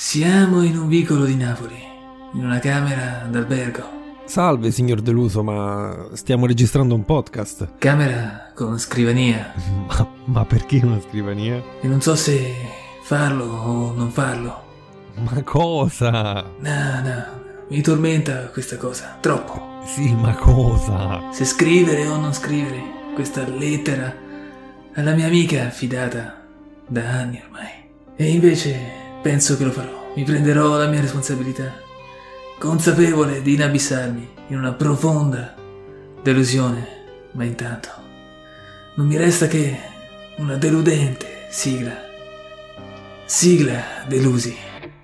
Siamo in un vicolo di Napoli, in una camera d'albergo. Salve signor Deluso, ma stiamo registrando un podcast. Camera con scrivania. Ma perché una scrivania? E non so se farlo o non farlo. Ma cosa? No, mi tormenta questa cosa, troppo. Sì, ma cosa? Se scrivere o non scrivere questa lettera alla mia amica affidata da anni ormai. E invece penso che lo farò. Mi prenderò la mia responsabilità, consapevole di inabissarmi in una profonda delusione, ma intanto non mi resta che una deludente sigla delusi.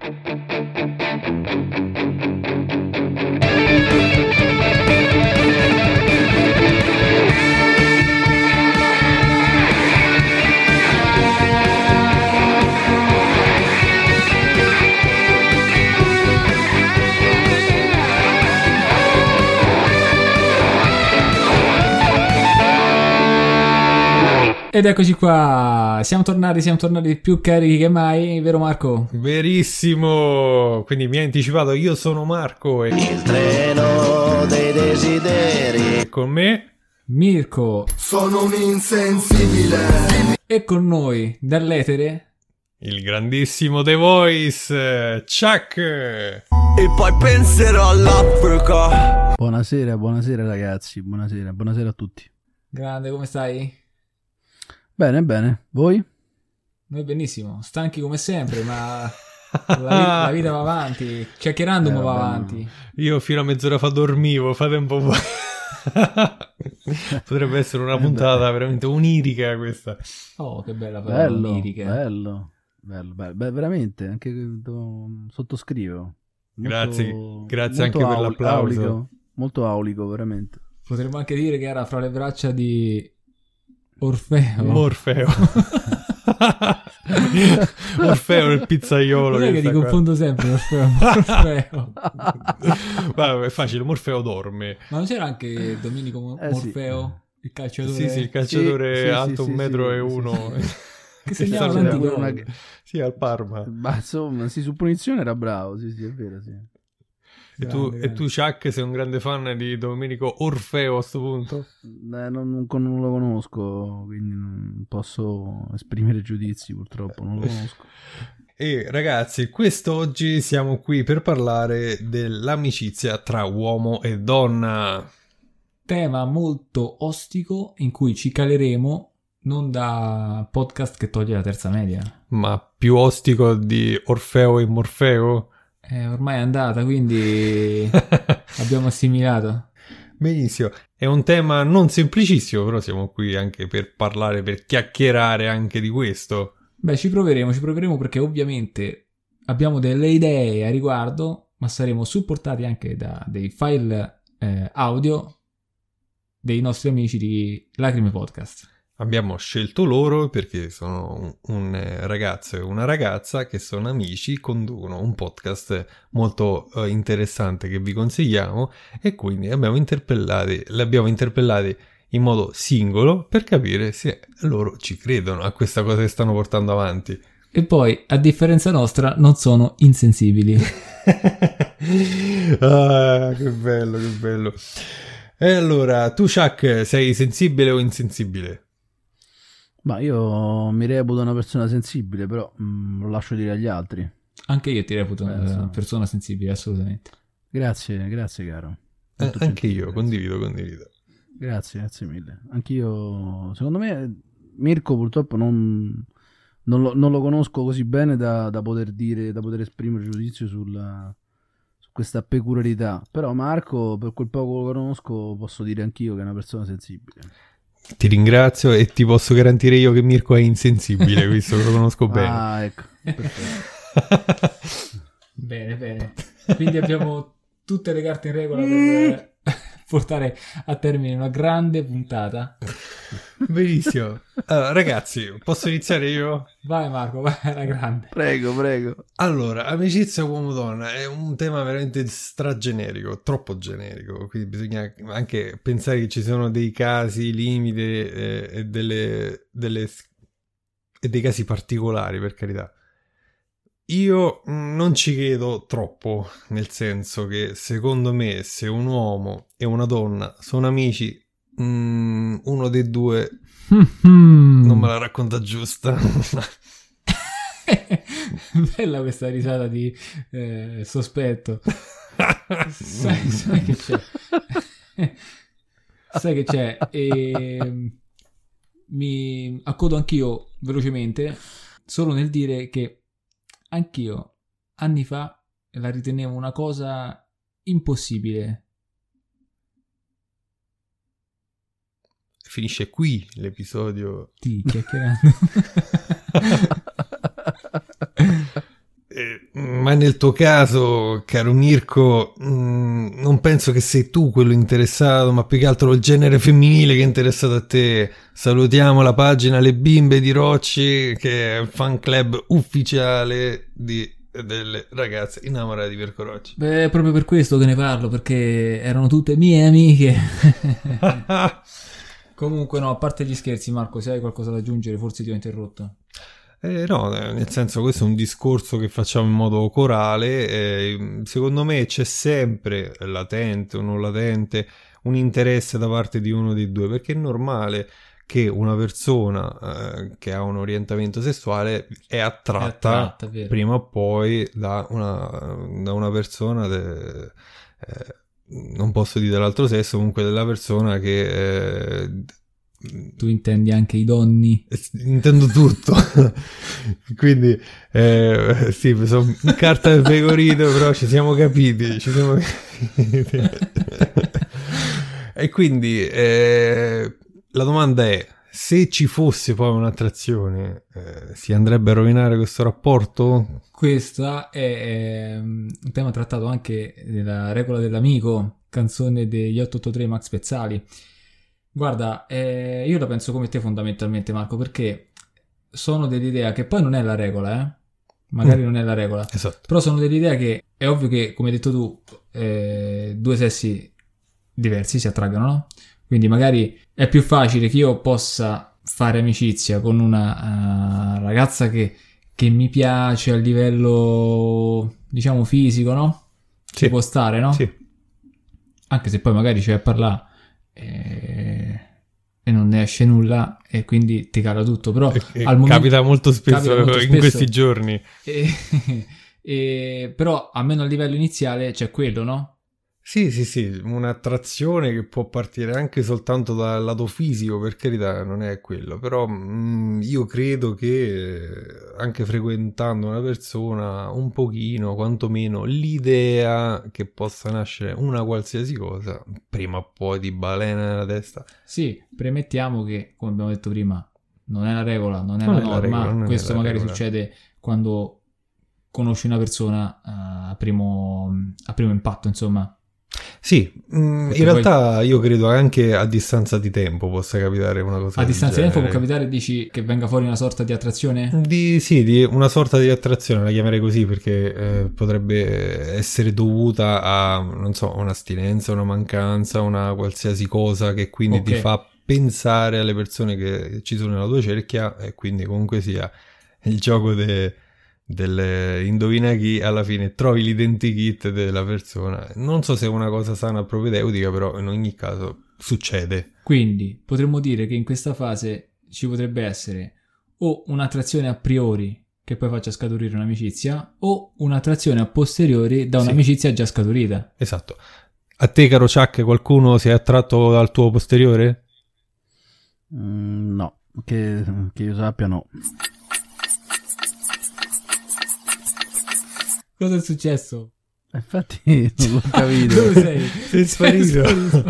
Ed eccoci qua, siamo tornati più carichi che mai, vero Marco? Verissimo! Quindi mi ha anticipato, io sono Marco e Il treno dei desideri. e con me Mirko. Sono un insensibile. E con noi, dall'etere, il grandissimo The Voice, Chuck! E poi penserò all'Africa. Buonasera ragazzi, buonasera a tutti. grande, come stai? Bene, voi? Noi benissimo, stanchi come sempre, ma la vita va avanti, chiacchierando ma va vabbè, avanti. Io fino a mezz'ora fa dormivo, fate un po' voi. Potrebbe essere una puntata veramente onirica questa. Oh, che bella parola, onirica. Bello, veramente, anche sottoscrivo. Grazie Molto anche per l'applauso. Molto aulico, veramente. Potremmo anche dire che era fra le braccia di Orfeo. Orfeo il pizzaiolo. Non è che ti confondo sempre Orfeo. Vabbè, è facile, Morfeo dorme. Ma non c'era anche Domenico Morfeo, il calciatore? Sì, il calciatore Sì, alto sì, 1,01 m. Che segnava tanti gol. Sì, al Parma. Ma insomma, sì, su punizione era bravo, sì, è vero, sì. E tu, Chuck, sei un grande fan di Domenico Orfeo a sto punto? Non lo conosco, quindi non posso esprimere giudizi, purtroppo, non lo conosco. E ragazzi, quest'oggi siamo qui per parlare dell'amicizia tra uomo e donna. Tema molto ostico in cui ci caleremo non da podcast che toglie la terza media. Ma più ostico di Orfeo e Morfeo? Ormai è andata, quindi abbiamo assimilato. Benissimo, è un tema non semplicissimo, però siamo qui anche per parlare, per chiacchierare anche di questo. Beh, ci proveremo perché ovviamente abbiamo delle idee a riguardo, ma saremo supportati anche da dei file audio dei nostri amici di Lacrime Podcast. Abbiamo scelto loro perché sono un ragazzo e una ragazza che sono amici, conducono un podcast molto interessante che vi consigliamo e quindi li abbiamo interpellati in modo singolo per capire se loro ci credono a questa cosa che stanno portando avanti. E poi, a differenza nostra, non sono insensibili. Ah, che bello. E allora, tu Chuck, sei sensibile o insensibile? Ma io mi reputo una persona sensibile, però lo lascio dire agli altri. Anche io ti reputo una persona sensibile, assolutamente. Grazie caro. Anche io, condivido. Grazie mille. Anch'io, secondo me, Mirko purtroppo non lo conosco così bene da poter esprimere giudizio su questa peculiarità. Però Marco, per quel poco lo conosco, posso dire anch'io che è una persona sensibile. Ti ringrazio e ti posso garantire io che Mirko è insensibile, visto che lo conosco bene. Ah, ecco, perfetto. Bene. Quindi abbiamo tutte le carte in regola per portare a termine una grande puntata. Benissimo. Allora, ragazzi, posso iniziare io? Vai Marco, vai alla grande. Prego. Allora, amicizia uomo-donna è un tema veramente stragenerico, troppo generico, quindi bisogna anche pensare che ci sono dei casi limite e dei casi particolari, per carità. io non ci credo troppo, nel senso che secondo me se un uomo e una donna sono amici, uno dei due non me la racconta giusta. Bella questa risata di sospetto. Sai che c'è? Sai che c'è? Mi accodo anch'io velocemente, solo nel dire che anch'io anni fa la ritenevo una cosa impossibile. Finisce qui l'episodio. Ti chiacchierando. Ma nel tuo caso, caro Mirko, non penso che sei tu quello interessato, ma più che altro il genere femminile che è interessato a te. Salutiamo la pagina Le Bimbe di Rocci, che è il fan club ufficiale delle ragazze innamorate di Mirko Rocci. Beh, è proprio per questo che ne parlo, perché erano tutte mie amiche. Comunque no, a parte gli scherzi, Marco, se hai qualcosa da aggiungere, forse ti ho interrotto. No, nel senso, questo è un discorso che facciamo in modo corale. Secondo me c'è sempre, latente o non latente, un interesse da parte di uno dei due, perché è normale che una persona che ha un orientamento sessuale è attratta vero. prima o poi da una persona non posso dire dell'altro sesso, comunque della persona che tu intendi anche i donni? Intendo tutto. Quindi sì, sono carta del pecorino, però ci siamo capiti. E quindi la domanda è: se ci fosse poi un'attrazione, si andrebbe a rovinare questo rapporto? Questo è un tema trattato anche nella Regola dell'Amico, canzone degli 883 Max Pezzali. Guarda, io la penso come te fondamentalmente, Marco, perché sono dell'idea che poi non è la regola, magari non è la regola, Esatto. però sono dell'idea che è ovvio che, come hai detto tu, due sessi diversi si attraggono, no? Quindi magari è più facile che io possa fare amicizia con una ragazza che mi piace a livello, diciamo, fisico, no? Sì. Ci può stare, no? Sì. Anche se poi magari ci vai a parlare e non ne esce nulla e quindi ti cala tutto, però al momento capita molto spesso in questi giorni. Però almeno a livello iniziale c'è quello, no? Sì, un'attrazione che può partire anche soltanto dal lato fisico, per carità, non è quello, però io credo che anche frequentando una persona un pochino, quantomeno, l'idea che possa nascere una qualsiasi cosa, prima o poi ti balena nella testa. Sì, premettiamo che, come abbiamo detto prima, non è la regola, non è la norma, questo magari succede quando conosci una persona a primo impatto, insomma. Sì, in realtà io credo anche a distanza di tempo possa capitare una cosa a del distanza di tempo genere. può capitare, dici, che venga fuori una sorta di attrazione? Di una sorta di attrazione, la chiamerei così, perché potrebbe essere dovuta a, non so, un'astinenza, una mancanza, una qualsiasi cosa che quindi ti fa pensare alle persone che ci sono nella tua cerchia, e quindi comunque sia il gioco del indovina chi, alla fine trovi l'identikit della persona. Non so se è una cosa sana propedeutica, però in ogni caso succede. Quindi potremmo dire che in questa fase ci potrebbe essere o un'attrazione a priori che poi faccia scaturire un'amicizia, o un'attrazione a posteriori da un'amicizia già scaturita. Esatto. A te, caro Chuck, qualcuno si è attratto dal tuo posteriore? No, che io sappia no. Cosa è successo? Infatti non l'ho capito. Dove sei? Sei sparito.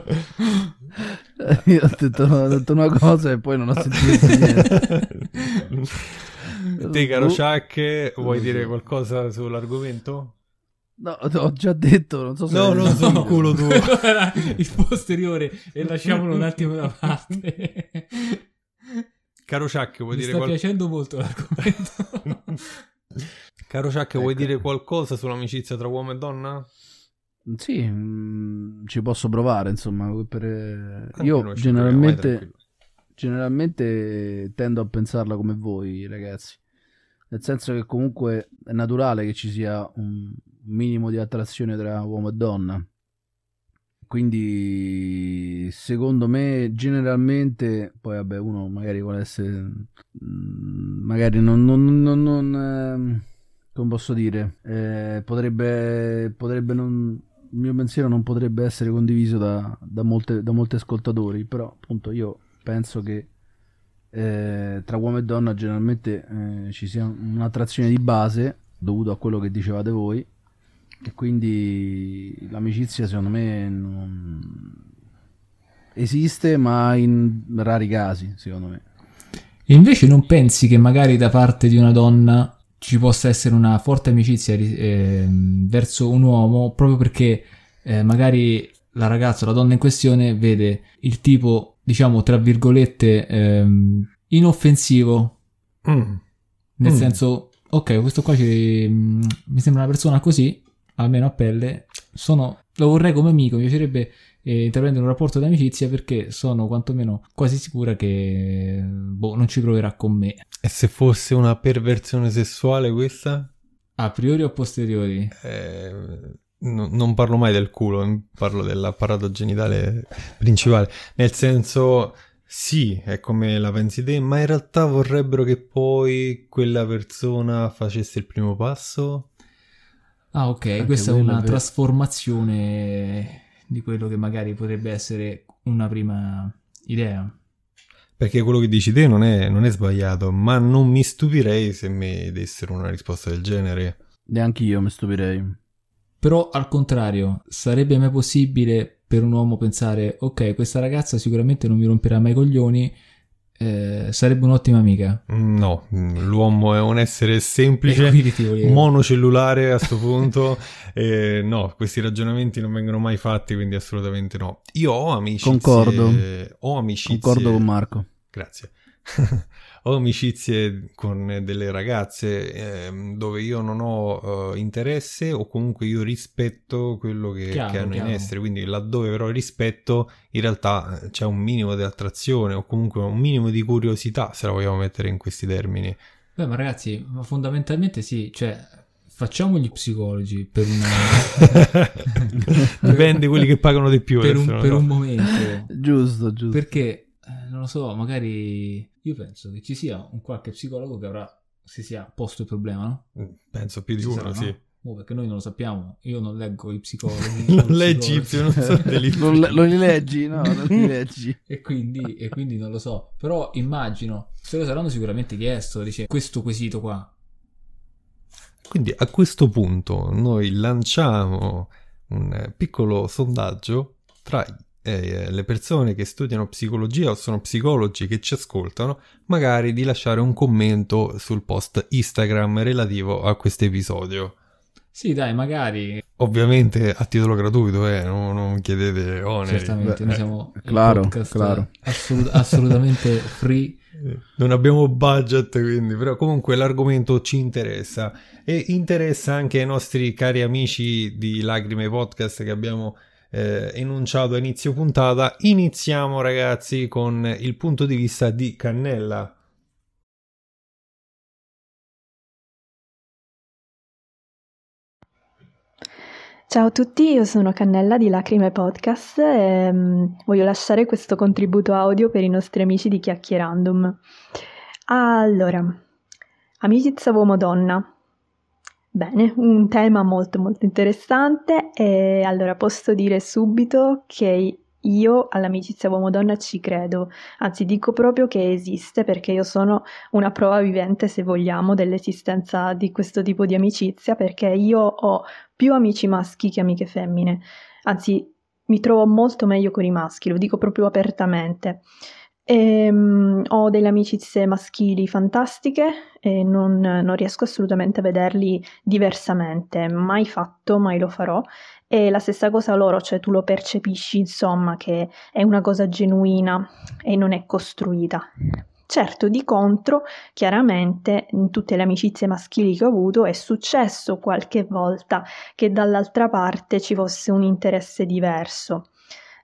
Io ho detto una cosa e poi non ho sentito niente. Te, caro Chuck, vuoi dire qualcosa sull'argomento? No, ho già detto, non so se... No, non sul culo tuo. Era il posteriore e lasciamolo un attimo da parte. Caro Chuck, vuoi Mi dire sta piacendo molto l'argomento. Caro Chuck, vuoi dire qualcosa sull'amicizia tra uomo e donna? Sì, ci posso provare, insomma. Io generalmente tendo a pensarla come voi, ragazzi. nel senso che comunque è naturale che ci sia un minimo di attrazione tra uomo e donna. Quindi secondo me generalmente, poi vabbè, uno magari vuole essere, magari come posso dire, potrebbe non, il mio pensiero non potrebbe essere condiviso da molti ascoltatori, però appunto io penso che tra uomo e donna generalmente ci sia un'attrazione di base dovuto a quello che dicevate voi, e quindi l'amicizia secondo me esiste, ma in rari casi, secondo me. Invece non pensi che magari da parte di una donna ci possa essere una forte amicizia verso un uomo, proprio perché magari la ragazza o la donna in questione vede il tipo, diciamo, tra virgolette, inoffensivo, nel senso, ok, questo qua mi sembra una persona così, almeno a pelle, lo vorrei come amico, mi piacerebbe intraprendere un rapporto di amicizia perché sono quantomeno quasi sicura che non ci proverà con me. E se fosse una perversione sessuale questa? A priori o a posteriori? Non parlo mai del culo, parlo dell'apparato genitale principale. Nel senso, sì, è come la pensi te, ma in realtà vorrebbero che poi quella persona facesse il primo passo? Ah, ok, Anche questa è quello una è trasformazione di quello che magari potrebbe essere una prima idea. Perché quello che dici te non è sbagliato, ma non mi stupirei se mi dessero una risposta del genere. Neanche io mi stupirei. Però al contrario, sarebbe mai possibile per un uomo pensare, ok, questa ragazza sicuramente non mi romperà mai i coglioni, sarebbe un'ottima amica? No, l'uomo è un essere semplice, E quindi ti volevo- monocellulare a sto punto. No, questi ragionamenti non vengono mai fatti, quindi assolutamente no. Io ho amicizie. Ho amicizie. Concordo con Marco. Grazie. Ho amicizie con delle ragazze dove io non ho interesse, o comunque io rispetto quello che hanno in essere, quindi laddove però rispetto, in realtà c'è un minimo di attrazione o comunque un minimo di curiosità, se la vogliamo mettere in questi termini. Beh, ma ragazzi, ma fondamentalmente sì, cioè facciamo gli psicologi per Dipende quelli che pagano di più per adesso, un momento. Giusto. Perché, non lo so, magari io penso che ci sia un qualche psicologo che si sia posto il problema, no? Penso più di Ci uno, sarà, sì. no? Perché noi non lo sappiamo, io non leggo i psicologi. Non leggi, non so dei libri. Lo li leggi? No, non li leggi. E quindi non lo so, però immagino, se lo saranno sicuramente chiesto, dice questo quesito qua. Quindi a questo punto noi lanciamo un piccolo sondaggio tra le persone che studiano psicologia o sono psicologi che ci ascoltano, magari di lasciare un commento sul post Instagram relativo a questo episodio. Sì, dai, magari. Ovviamente a titolo gratuito, non chiedete oneri. Certamente, noi siamo claro, il podcast claro. assolutamente free. Non abbiamo budget, quindi, però comunque l'argomento ci interessa e interessa anche ai nostri cari amici di Lacrime Podcast che abbiamo enunciato a inizio puntata. Iniziamo, ragazzi, con il punto di vista di Cannella. Ciao a tutti, io sono Cannella di Lacrime Podcast e voglio lasciare questo contributo audio per i nostri amici di Chiacchierandum. Allora, amicizia uomo-donna. Bene, un tema molto molto interessante e allora posso dire subito che io all'amicizia uomo-donna ci credo, anzi dico proprio che esiste perché io sono una prova vivente, se vogliamo, dell'esistenza di questo tipo di amicizia, perché io ho più amici maschi che amiche femmine, anzi mi trovo molto meglio con i maschi, lo dico proprio apertamente. Ho delle amicizie maschili fantastiche e non riesco assolutamente a vederli diversamente, mai fatto, mai lo farò. E la stessa cosa loro, cioè tu lo percepisci insomma che è una cosa genuina e non è costruita. Certo, di contro, chiaramente in tutte le amicizie maschili che ho avuto è successo qualche volta che dall'altra parte ci fosse un interesse diverso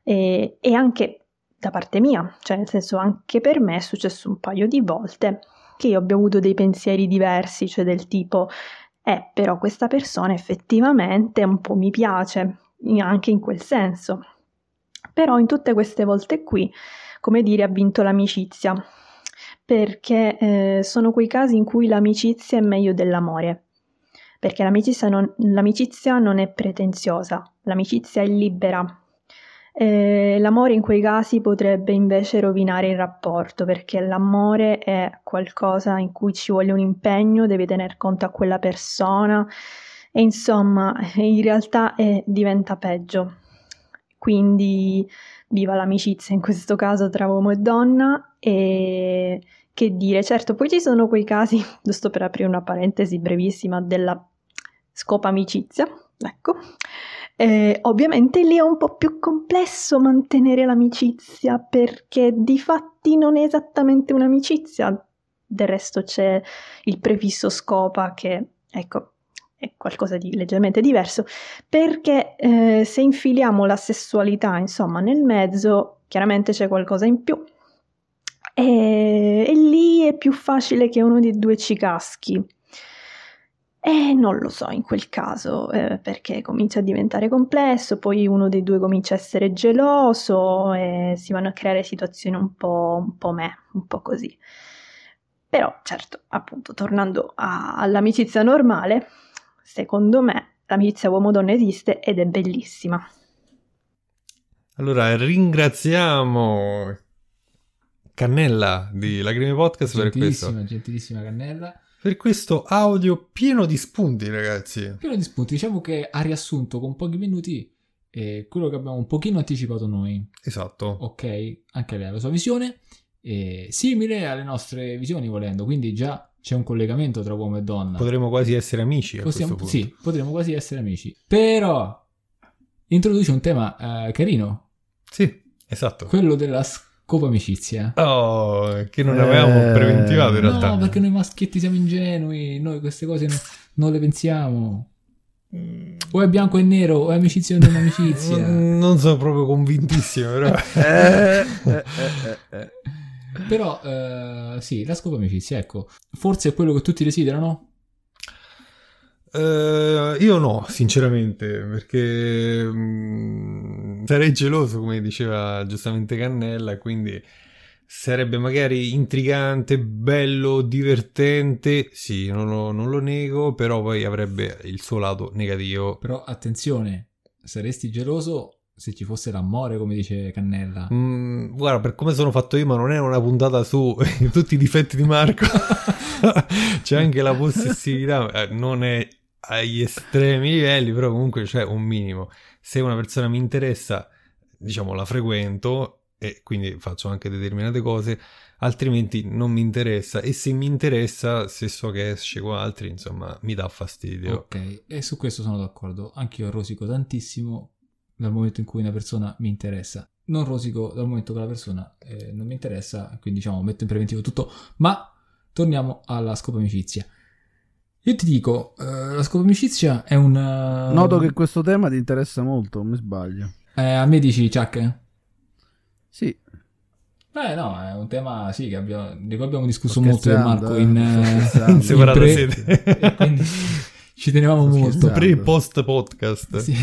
e anche da parte mia, cioè nel senso anche per me è successo un paio di volte che io abbia avuto dei pensieri diversi, cioè del tipo, però questa persona effettivamente un po' mi piace, anche in quel senso. Però in tutte queste volte qui, come dire, ha vinto l'amicizia, perché sono quei casi in cui l'amicizia è meglio dell'amore, perché l'amicizia non è pretenziosa, l'amicizia è libera. L'amore in quei casi potrebbe invece rovinare il rapporto, perché l'amore è qualcosa in cui ci vuole un impegno, devi tener conto a quella persona e insomma in realtà diventa peggio. Quindi viva l'amicizia in questo caso tra uomo e donna. E che dire, certo, poi ci sono quei casi, giusto per aprire una parentesi brevissima, della scopa amicizia, ecco. Ovviamente lì è un po' più complesso mantenere l'amicizia, perché di fatti non è esattamente un'amicizia, del resto c'è il prefisso scopa che, ecco, è qualcosa di leggermente diverso, perché se infiliamo la sessualità, insomma, nel mezzo, chiaramente c'è qualcosa in più. E lì è più facile che uno dei due ci caschi. Non lo so in quel caso, perché comincia a diventare complesso, poi uno dei due comincia a essere geloso e si vanno a creare situazioni un po' così. Però, certo, appunto, tornando all'amicizia normale, secondo me l'amicizia uomo-donna esiste ed è bellissima. Allora, ringraziamo Cannella di Lacrime Podcast Gentilissima Cannella. Per questo audio pieno di spunti, ragazzi. Pieno di spunti, diciamo che ha riassunto con pochi minuti quello che abbiamo un pochino anticipato noi. Esatto. Ok, anche lei ha la sua visione, simile alle nostre visioni volendo, quindi già c'è un collegamento tra uomo e donna. Potremmo quasi essere amici questo punto. Sì, potremmo quasi essere amici. Però introduce un tema carino. Sì, esatto. Quello della scopa amicizia. Oh, che non avevamo preventivato in realtà. No, perché noi maschietti siamo ingenui, noi queste cose non le pensiamo. O è bianco e nero, o è amicizia o non è amicizia. Non sono proprio convintissimo, però. Però sì, la scopa amicizia, ecco. Forse è quello che tutti desiderano? Io no, sinceramente, perché sarei geloso, come diceva giustamente Cannella, quindi sarebbe magari intrigante, bello, divertente, sì, non lo nego, però poi avrebbe il suo lato negativo. Però attenzione, saresti geloso se ci fosse l'amore, come dice Cannella. Guarda, per come sono fatto io, ma non è una puntata su tutti i difetti di Marco, c'è anche la possessività, non è agli estremi livelli, però comunque c'è un minimo. Se una persona mi interessa, diciamo, la frequento e quindi faccio anche determinate cose, altrimenti non mi interessa, e se mi interessa, se so che esce con altri, insomma, mi dà fastidio. Ok, e su questo sono d'accordo. Anch'io rosico tantissimo dal momento in cui una persona mi interessa. Non rosico dal momento che la persona non mi interessa, quindi diciamo metto in preventivo tutto. Ma torniamo alla scopa amicizia. Io ti dico, la scopa amicizia è un... Noto che questo tema ti interessa molto, mi sbaglio. A me dici, Chuck? Sì. No, è un tema sì di cui abbiamo discusso molto con Marco in separata sede. E quindi ci tenevamo molto. Pre e post podcast. Sì.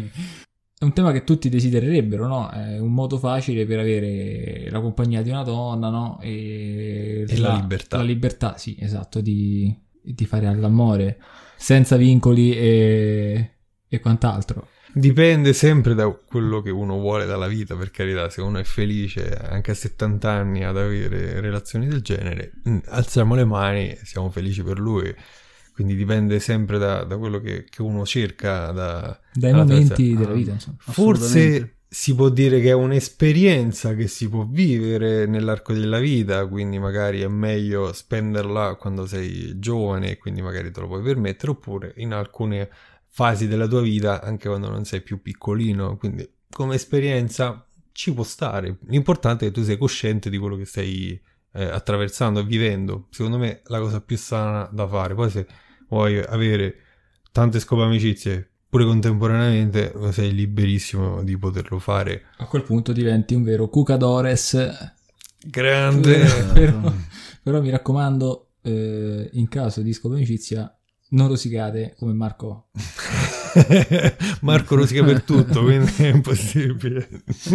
È un tema che tutti desidererebbero, no? È un modo facile per avere la compagnia di una donna, no? E la libertà. La libertà, sì, esatto, di fare all'amore senza vincoli e quant'altro. Dipende sempre da quello che uno vuole dalla vita, per carità. Se uno è felice anche a 70 anni ad avere relazioni del genere, alziamo le mani, siamo felici per lui. Quindi dipende sempre da quello che uno cerca dai momenti della vita, insomma. Forse si può dire che è un'esperienza che si può vivere nell'arco della vita, quindi magari è meglio spenderla quando sei giovane e quindi magari te lo puoi permettere, oppure in alcune fasi della tua vita anche quando non sei più piccolino, quindi come esperienza ci può stare. L'importante è che tu sei cosciente di quello che stai attraversando e vivendo. Secondo me la cosa più sana da fare. Poi se vuoi avere tante scope amicizie pure contemporaneamente, sei liberissimo di poterlo fare. A quel punto diventi un vero cucadores grande. Però mi raccomando, in caso di scopo amicizia non rosicate come Marco. Marco rosica per tutto, quindi è impossibile.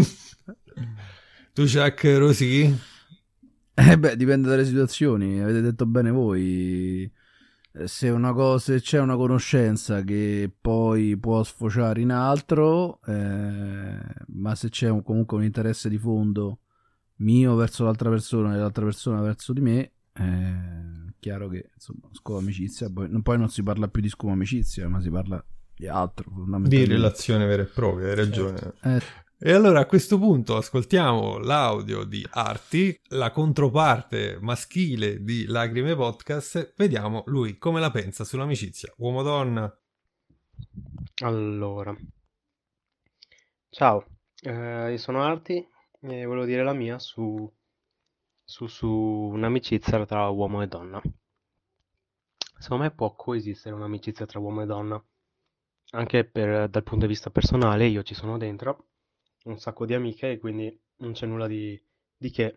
Tu, Chuck, rosichi? Dipende dalle situazioni, avete detto bene voi. Se c'è una conoscenza che poi può sfociare in altro, ma se c'è comunque un interesse di fondo mio verso l'altra persona e l'altra persona verso di me, chiaro che insomma scopo amicizia, poi non si parla più di scopo amicizia, ma si parla di altro, di relazione vera e propria, hai ragione. E allora a questo punto ascoltiamo l'audio di Arti, la controparte maschile di Lacrime Podcast. Vediamo lui come la pensa sull'amicizia uomo-donna. Allora, ciao, io sono Arti e volevo dire la mia su un'amicizia tra uomo e donna. Secondo me può coesistere un'amicizia tra uomo e donna, anche dal punto di vista personale. Io ci sono dentro, un sacco di amiche, e quindi non c'è nulla di che.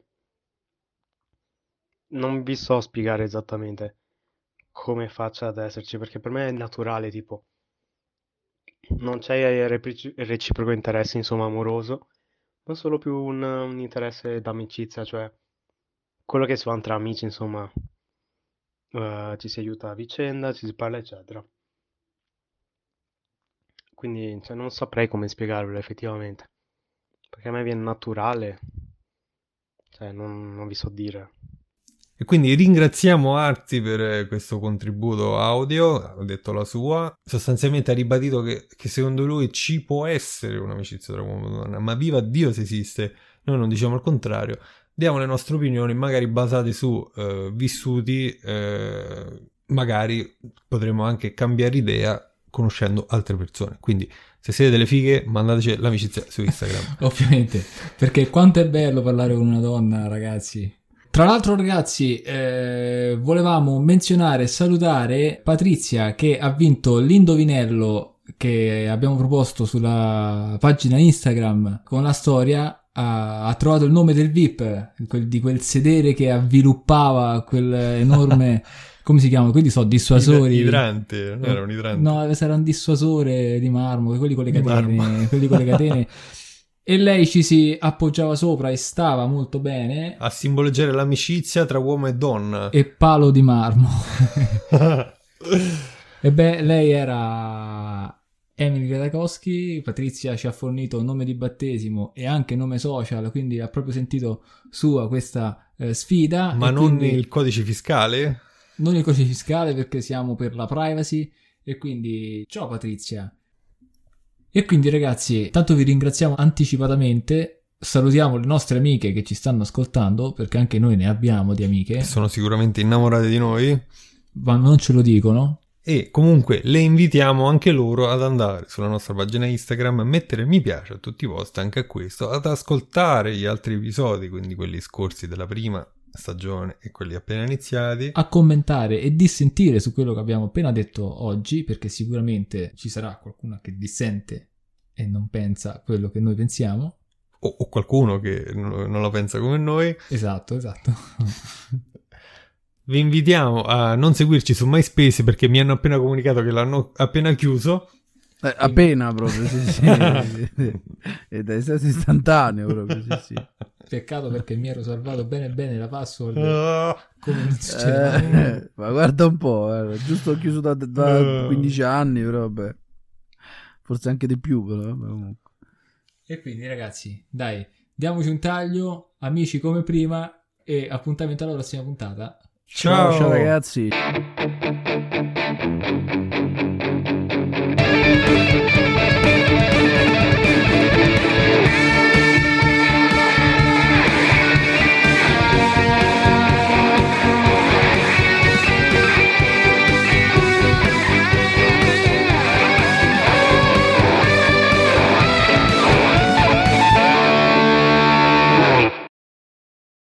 Non vi so spiegare esattamente come faccia ad esserci, perché per me è naturale, tipo, non c'è reciproco interesse, insomma, amoroso, ma solo più un interesse d'amicizia, cioè quello che si fa tra amici, insomma, ci si aiuta a vicenda, ci si parla, eccetera. Quindi, cioè, non saprei come spiegarvelo effettivamente, perché a me viene naturale, cioè non vi so dire. E quindi ringraziamo Arti per questo contributo audio, ha detto la sua, sostanzialmente ha ribadito che secondo lui ci può essere un'amicizia tra uomo e donna, ma viva Dio se esiste, noi non diciamo il contrario, diamo le nostre opinioni magari basate su vissuti, magari potremo anche cambiare idea conoscendo altre persone, quindi se siete delle fighe mandateci l'amicizia su Instagram. Ovviamente, perché quanto è bello parlare con una donna, ragazzi. Tra l'altro, ragazzi, volevamo menzionare e salutare Patrizia, che ha vinto l'indovinello che abbiamo proposto sulla pagina Instagram con la storia. Ha trovato il nome del VIP, di quel sedere che avviluppava quel enorme... come si chiamano? Quelli sono dissuasori. Idrante, non era un idrante. No, era un dissuasore di marmo, quelli con le catene. Quelli con le catene. E lei ci si appoggiava sopra e stava molto bene. A simboleggiare l'amicizia tra uomo e donna. E palo di marmo. E lei era Emily Radakowski. Patrizia ci ha fornito nome di battesimo e anche nome social, quindi ha proprio sentito sua questa sfida. Ma non il codice fiscale? Non il codice fiscale, perché siamo per la privacy. E quindi ciao Patrizia. E quindi, ragazzi, tanto vi ringraziamo anticipatamente, salutiamo le nostre amiche che ci stanno ascoltando, perché anche noi ne abbiamo di amiche. Sono sicuramente innamorate di noi. Ma non ce lo dicono. E comunque le invitiamo anche loro ad andare sulla nostra pagina Instagram, a mettere mi piace a tutti i post, anche a questo, ad ascoltare gli altri episodi, quindi quelli scorsi della prima stagione e quelli appena iniziati, a commentare e dissentire su quello che abbiamo appena detto oggi, perché sicuramente ci sarà qualcuno che dissente e non pensa quello che noi pensiamo, o qualcuno che non la pensa come noi. Esatto. Vi invitiamo a non seguirci su MySpace, perché mi hanno appena comunicato che l'hanno appena chiuso. Appena proprio, sì. Ed è stato istantaneo proprio, sì. Peccato, perché mi ero salvato bene la password. Come non succede mai. Ma guarda un po', giusto ho chiuso da 15 anni, però vabbè. Forse anche di più, però comunque. E quindi, ragazzi, dai, diamoci un taglio, amici come prima, e appuntamento alla prossima puntata. Ciao ragazzi.